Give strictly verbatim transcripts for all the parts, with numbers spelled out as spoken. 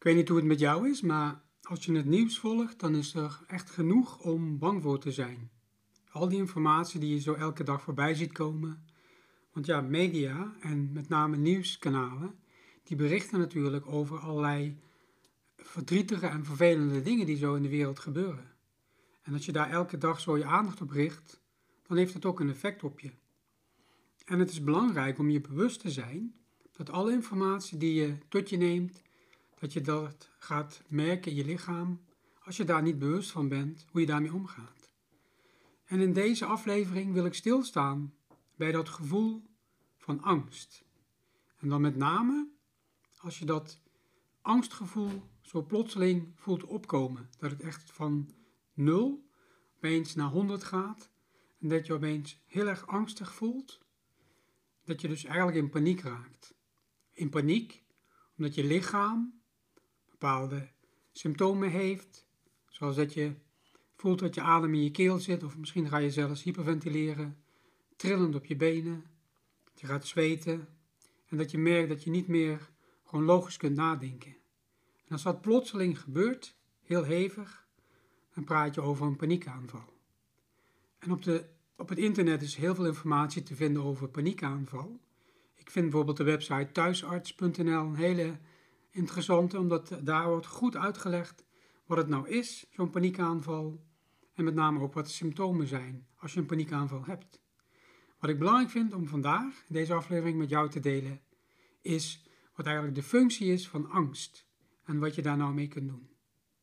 weet niet hoe het met jou is, maar als je het nieuws volgt, dan is er echt genoeg om bang voor te zijn. Al die informatie die je zo elke dag voorbij ziet komen. Want ja, media en met name nieuwskanalen, die berichten natuurlijk over allerlei verdrietige en vervelende dingen die zo in de wereld gebeuren. En als je daar elke dag zo je aandacht op richt, dan heeft het ook een effect op je. En het is belangrijk om je bewust te zijn dat alle informatie die je tot je neemt, dat je dat gaat merken in je lichaam, als je daar niet bewust van bent, hoe je daarmee omgaat. En in deze aflevering wil ik stilstaan bij dat gevoel van angst. En dan met name als je dat angstgevoel zo plotseling voelt opkomen. Dat het echt van nul opeens naar honderd gaat. En dat je opeens heel erg angstig voelt. Dat je dus eigenlijk in paniek raakt. In paniek omdat je lichaam bepaalde symptomen heeft. Zoals dat je voelt dat je adem in je keel zit. Of misschien ga je zelfs hyperventileren. Trillend op je benen. Dat je gaat zweten. En dat je merkt dat je niet meer gewoon logisch kunt nadenken. En als dat plotseling gebeurt, heel hevig, dan praat je over een paniekaanval. En op, de, op het internet is heel veel informatie te vinden over paniekaanval. Ik vind bijvoorbeeld de website thuisarts punt n l een hele interessante, omdat daar wordt goed uitgelegd wat het nou is, zo'n paniekaanval. En met name ook wat de symptomen zijn als je een paniekaanval hebt. Wat ik belangrijk vind om vandaag in deze aflevering met jou te delen, is wat eigenlijk de functie is van angst en wat je daar nou mee kunt doen.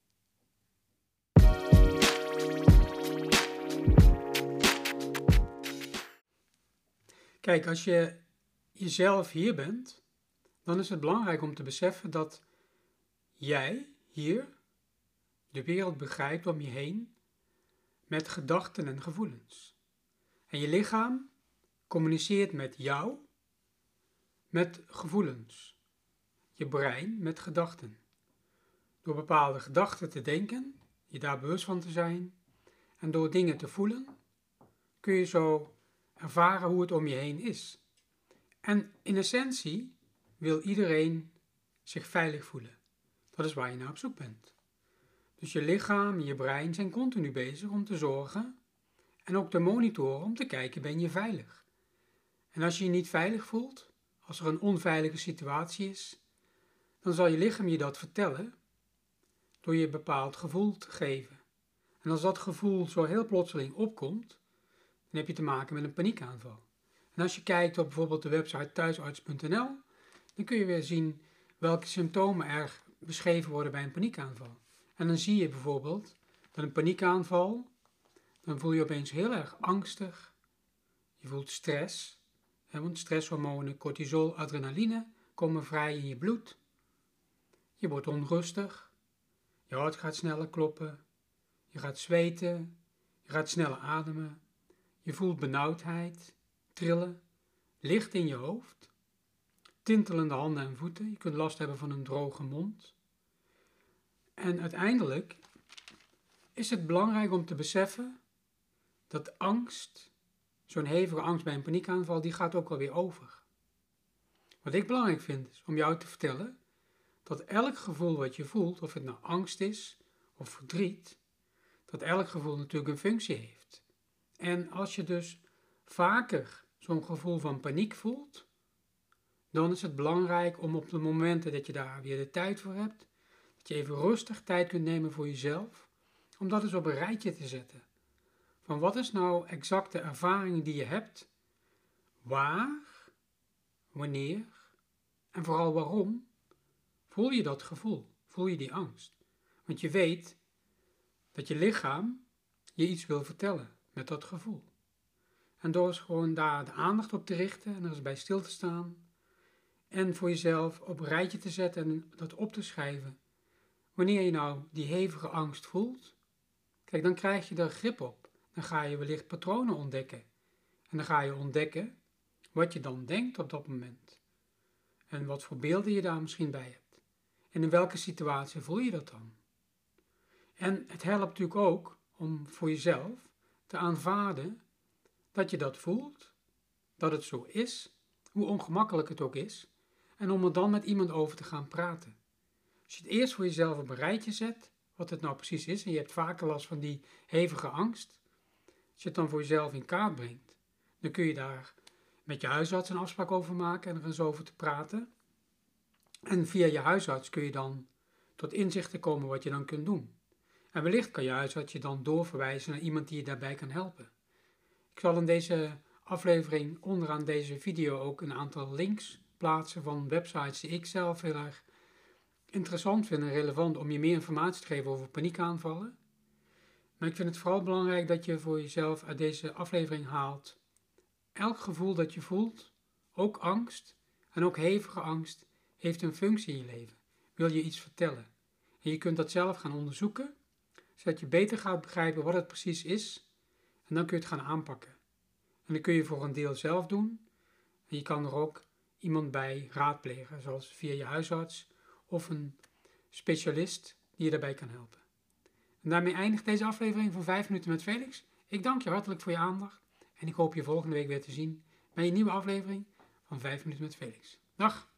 Kijk, als je jezelf hier bent, dan is het belangrijk om te beseffen dat jij hier de wereld begrijpt om je heen met gedachten en gevoelens. En je lichaam communiceert met jou met gevoelens. Je brein met gedachten. Door bepaalde gedachten te denken, je daar bewust van te zijn en door dingen te voelen, kun je zo ervaren hoe het om je heen is. En in essentie wil iedereen zich veilig voelen. Dat is waar je naar op zoek bent. Dus je lichaam en je brein zijn continu bezig om te zorgen en ook te monitoren om te kijken, ben je veilig? En als je je niet veilig voelt, als er een onveilige situatie is, dan zal je lichaam je dat vertellen door je een bepaald gevoel te geven. En als dat gevoel zo heel plotseling opkomt, dan heb je te maken met een paniekaanval. En als je kijkt op bijvoorbeeld de website thuisarts punt n l, dan kun je weer zien welke symptomen er beschreven worden bij een paniekaanval. En dan zie je bijvoorbeeld dat een paniekaanval, dan voel je opeens heel erg angstig. Je voelt stress, hè, want stresshormonen, cortisol, adrenaline komen vrij in je bloed. Je wordt onrustig. Je hart gaat sneller kloppen, je gaat zweten, je gaat sneller ademen, je voelt benauwdheid, trillen, licht in je hoofd, tintelende handen en voeten, je kunt last hebben van een droge mond. En uiteindelijk is het belangrijk om te beseffen dat angst, zo'n hevige angst bij een paniekaanval, die gaat ook alweer over. Wat ik belangrijk vind is om jou te vertellen dat elk gevoel wat je voelt, of het nou angst is of verdriet, dat elk gevoel natuurlijk een functie heeft. En als je dus vaker zo'n gevoel van paniek voelt, dan is het belangrijk om op de momenten dat je daar weer de tijd voor hebt, dat je even rustig tijd kunt nemen voor jezelf, om dat eens op een rijtje te zetten. Van wat is nou exact de ervaring die je hebt, waar, wanneer en vooral waarom voel je dat gevoel, voel je die angst. Want je weet dat je lichaam je iets wil vertellen met dat gevoel. En door eens gewoon daar de aandacht op te richten en er eens bij stil te staan en voor jezelf op een rijtje te zetten en dat op te schrijven. Wanneer je nou die hevige angst voelt, kijk, dan krijg je er grip op. Dan ga je wellicht patronen ontdekken. En dan ga je ontdekken wat je dan denkt op dat moment. En wat voor beelden je daar misschien bij hebt. En in welke situatie voel je dat dan? En het helpt natuurlijk ook om voor jezelf te aanvaarden dat je dat voelt, dat het zo is, hoe ongemakkelijk het ook is, en om er dan met iemand over te gaan praten. Als je het eerst voor jezelf op een rijtje zet, wat het nou precies is, en je hebt vaker last van die hevige angst, als je het dan voor jezelf in kaart brengt, dan kun je daar met je huisarts een afspraak over maken en er eens over te praten. En via je huisarts kun je dan tot inzichten komen wat je dan kunt doen. En wellicht kan je huisarts je dan doorverwijzen naar iemand die je daarbij kan helpen. Ik zal in deze aflevering onderaan deze video ook een aantal links plaatsen van websites die ik zelf heel erg interessant vind en relevant om je meer informatie te geven over paniekaanvallen. Maar ik vind het vooral belangrijk dat je voor jezelf uit deze aflevering haalt: elk gevoel dat je voelt, ook angst en ook hevige angst, heeft een functie in je leven. Wil je iets vertellen? En je kunt dat zelf gaan onderzoeken, zodat je beter gaat begrijpen wat het precies is. En dan kun je het gaan aanpakken. En dan kun je voor een deel zelf doen. En je kan er ook iemand bij raadplegen, zoals via je huisarts of een specialist die je daarbij kan helpen. En daarmee eindigt deze aflevering van vijf minuten met Felix. Ik dank je hartelijk voor je aandacht. En ik hoop je volgende week weer te zien bij een nieuwe aflevering van vijf minuten met Felix. Dag!